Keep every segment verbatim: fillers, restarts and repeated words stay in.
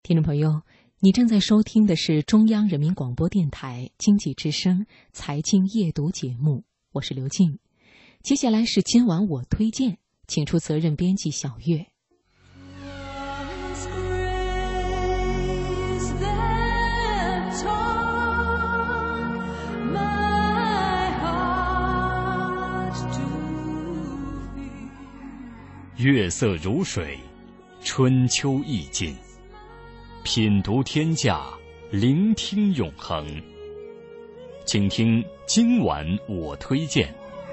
听众朋友，你正在收听的是中央人民广播电台经济之声财经夜读节目，我是刘静。接下来是今晚我推荐，请出责任编辑小月。 月色如水，春秋意境，品读天下，聆听永恒。请听今晚我推荐。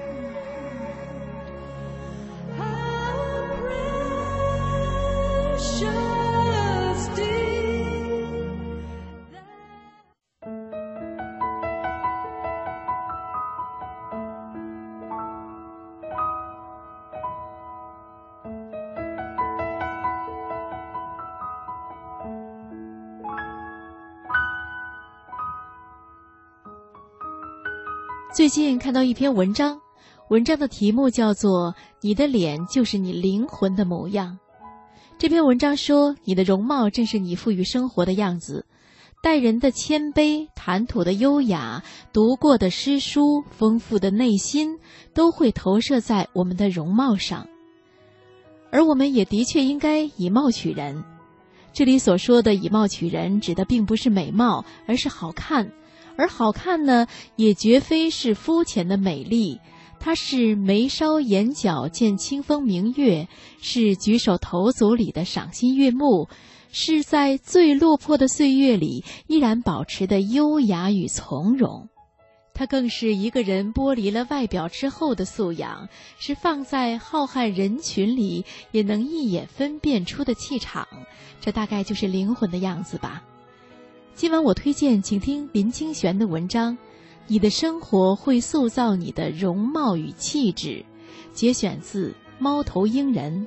最近看到一篇文章，文章的题目叫做《你的脸就是你灵魂的模样》。这篇文章说，你的容貌正是你赋予生活的样子，待人的谦卑，谈吐的优雅，读过的诗书，丰富的内心，都会投射在我们的容貌上。而我们也的确应该以貌取人。这里所说的以貌取人，指的并不是美貌，而是好看。而好看呢，也绝非是肤浅的美丽，它是眉梢眼角见清风明月，是举手投足里的赏心悦目，是在最落魄的岁月里依然保持的优雅与从容。它更是一个人剥离了外表之后的素养，是放在浩瀚人群里也能一眼分辨出的气场，这大概就是灵魂的样子吧。今晚我推荐，请听林清玄的文章《你的生活会塑造你的容貌与气质》，节选自《猫头鹰人》。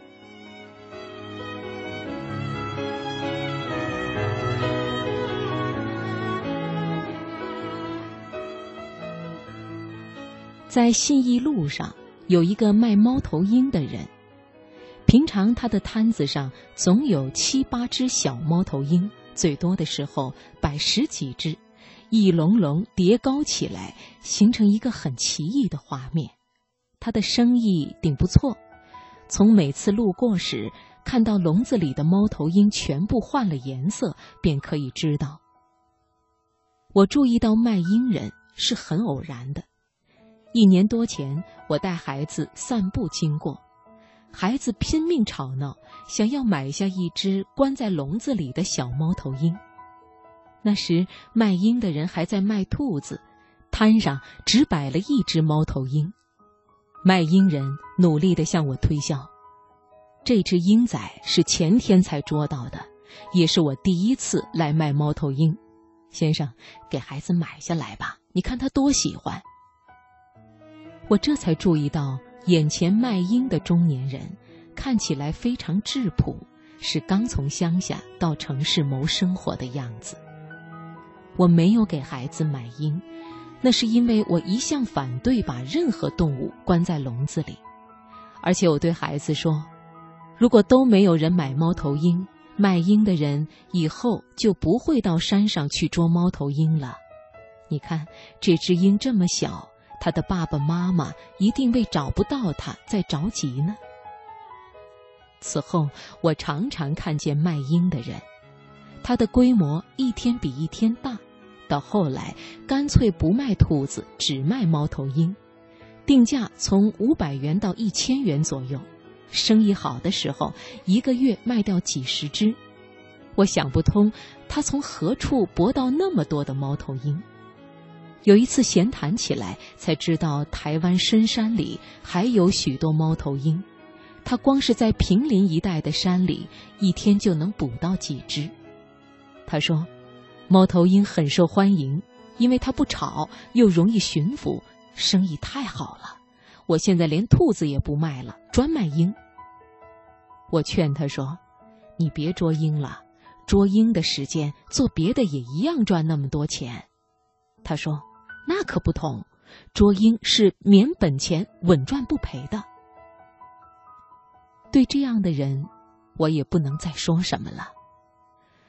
在信义路上有一个卖猫头鹰的人，平常他的摊子上总有七八只小猫头鹰，最多的时候百十几只，一笼笼叠高起来，形成一个很奇异的画面。他的生意顶不错，从每次路过时看到笼子里的猫头鹰全部换了颜色，便可以知道。我注意到卖鹰人是很偶然的。一年多前，我带孩子散步经过，孩子拼命吵闹，想要买下一只关在笼子里的小猫头鹰。那时卖鹰的人还在卖兔子，摊上只摆了一只猫头鹰。卖鹰人努力地向我推销，这只鹰仔是前天才捉到的，也是我第一次来卖猫头鹰。先生，给孩子买下来吧，你看他多喜欢。我这才注意到眼前卖鹰的中年人看起来非常质朴，是刚从乡下到城市谋生活的样子。我没有给孩子买鹰，那是因为我一向反对把任何动物关在笼子里。而且我对孩子说，如果都没有人买猫头鹰，卖鹰的人以后就不会到山上去捉猫头鹰了。你看，这只鹰这么小，他的爸爸妈妈一定为找不到他在着急呢。此后我常常看见卖鹰的人，他的规模一天比一天大，到后来干脆不卖兔子，只卖猫头鹰，定价从五百元到一千元左右，生意好的时候一个月卖掉几十只。我想不通他从何处博到那么多的猫头鹰。有一次闲谈起来，才知道台湾深山里还有许多猫头鹰，他光是在平林一带的山里，一天就能捕到几只。他说，猫头鹰很受欢迎，因为它不吵，又容易驯服，生意太好了。我现在连兔子也不卖了，专卖鹰。我劝他说，你别捉鹰了，捉鹰的时间做别的也一样赚那么多钱。他说，那可不同，捉鹰是免本钱，稳赚不赔的。对这样的人，我也不能再说什么了。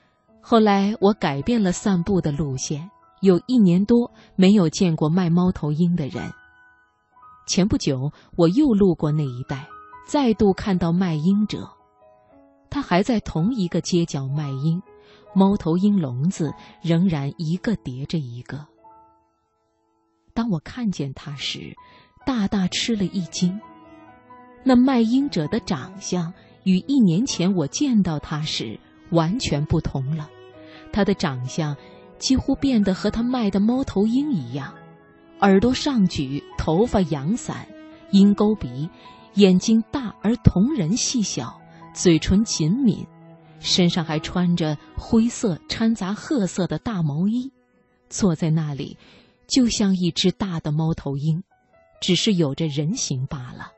后来我改变了散步的路线，有一年多没有见过卖猫头鹰的人。前不久我又路过那一带，再度看到卖鹰者，他还在同一个街角卖鹰，猫头鹰笼子仍然一个叠着一个。当我看见他时，大大吃了一惊。那卖鹰者的长相与一年前我见到他时完全不同了，他的长相几乎变得和他卖的猫头鹰一样，耳朵上举，头发扬散，鹰钩鼻，眼睛大而瞳仁细小，嘴唇紧抿，身上还穿着灰色掺杂褐色的大毛衣，坐在那里就像一只大的猫头鹰，只是有着人形罢了。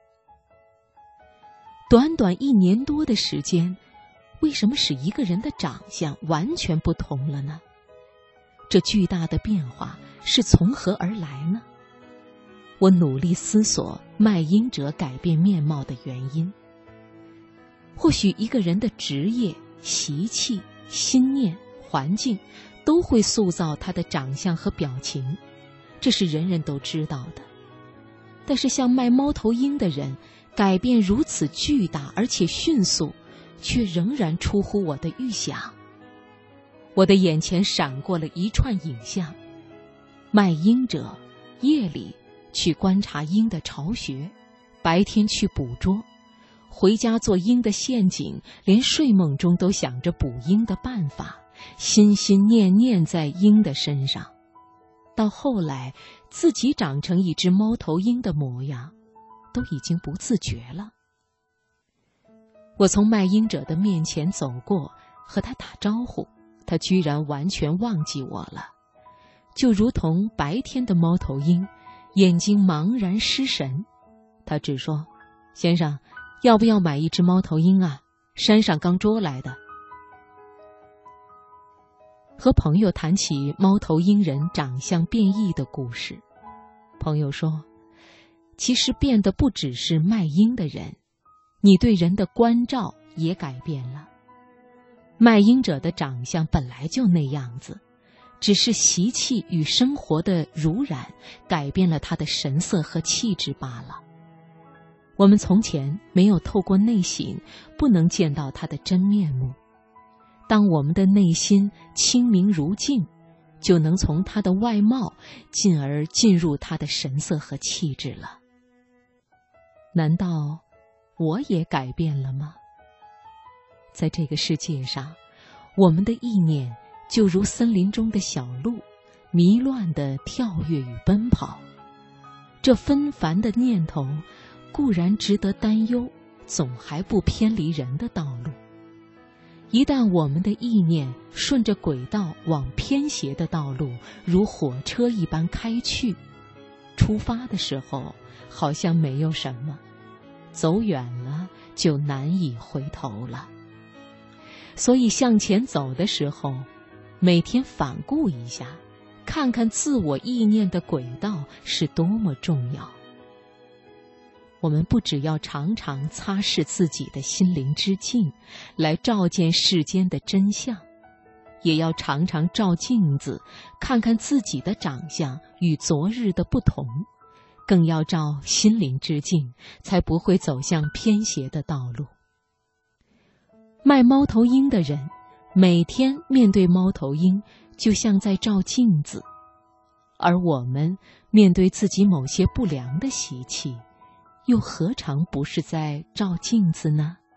短短一年多的时间，为什么使一个人的长相完全不同了呢？这巨大的变化是从何而来呢？我努力思索卖鹰者改变面貌的原因。或许一个人的职业、习气、心念、环境都会塑造他的长相和表情，这是人人都知道的。但是像卖猫头鹰的人，改变如此巨大而且迅速，却仍然出乎我的预想。我的眼前闪过了一串影像：卖鹰者夜里去观察鹰的巢穴，白天去捕捉，回家做鹰的陷阱，连睡梦中都想着捕鹰的办法，心心念念在鹰的身上。到后来自己长成一只猫头鹰的模样，都已经不自觉了。我从卖鹰者的面前走过，和他打招呼，他居然完全忘记我了，就如同白天的猫头鹰，眼睛茫然失神。他只说：“先生，要不要买一只猫头鹰啊？山上刚捉来的。”和朋友谈起猫头鹰人长相变异的故事，朋友说，其实变的不只是卖鹰的人，你对人的关照也改变了。卖鹰者的长相本来就那样子，只是习气与生活的濡染改变了他的神色和气质罢了。我们从前没有透过内省，不能见到他的真面目。当我们的内心清明如镜，就能从他的外貌进而进入他的神色和气质了。难道我也改变了吗？在这个世界上，我们的意念就如森林中的小鹿，迷乱地跳跃与奔跑。这纷繁的念头固然值得担忧，总还不偏离人的道路。一旦我们的意念顺着轨道往偏斜的道路如火车一般开去，出发的时候好像没有什么，走远了就难以回头了。所以向前走的时候，每天反顾一下，看看自我意念的轨道是多么重要。我们不只要常常擦拭自己的心灵之镜，来照见世间的真相，也要常常照镜子，看看自己的长相与昨日的不同，更要照心灵之镜，才不会走向偏斜的道路。卖猫头鹰的人，每天面对猫头鹰，就像在照镜子，而我们面对自己某些不良的习气，又何尝不是在照镜子呢？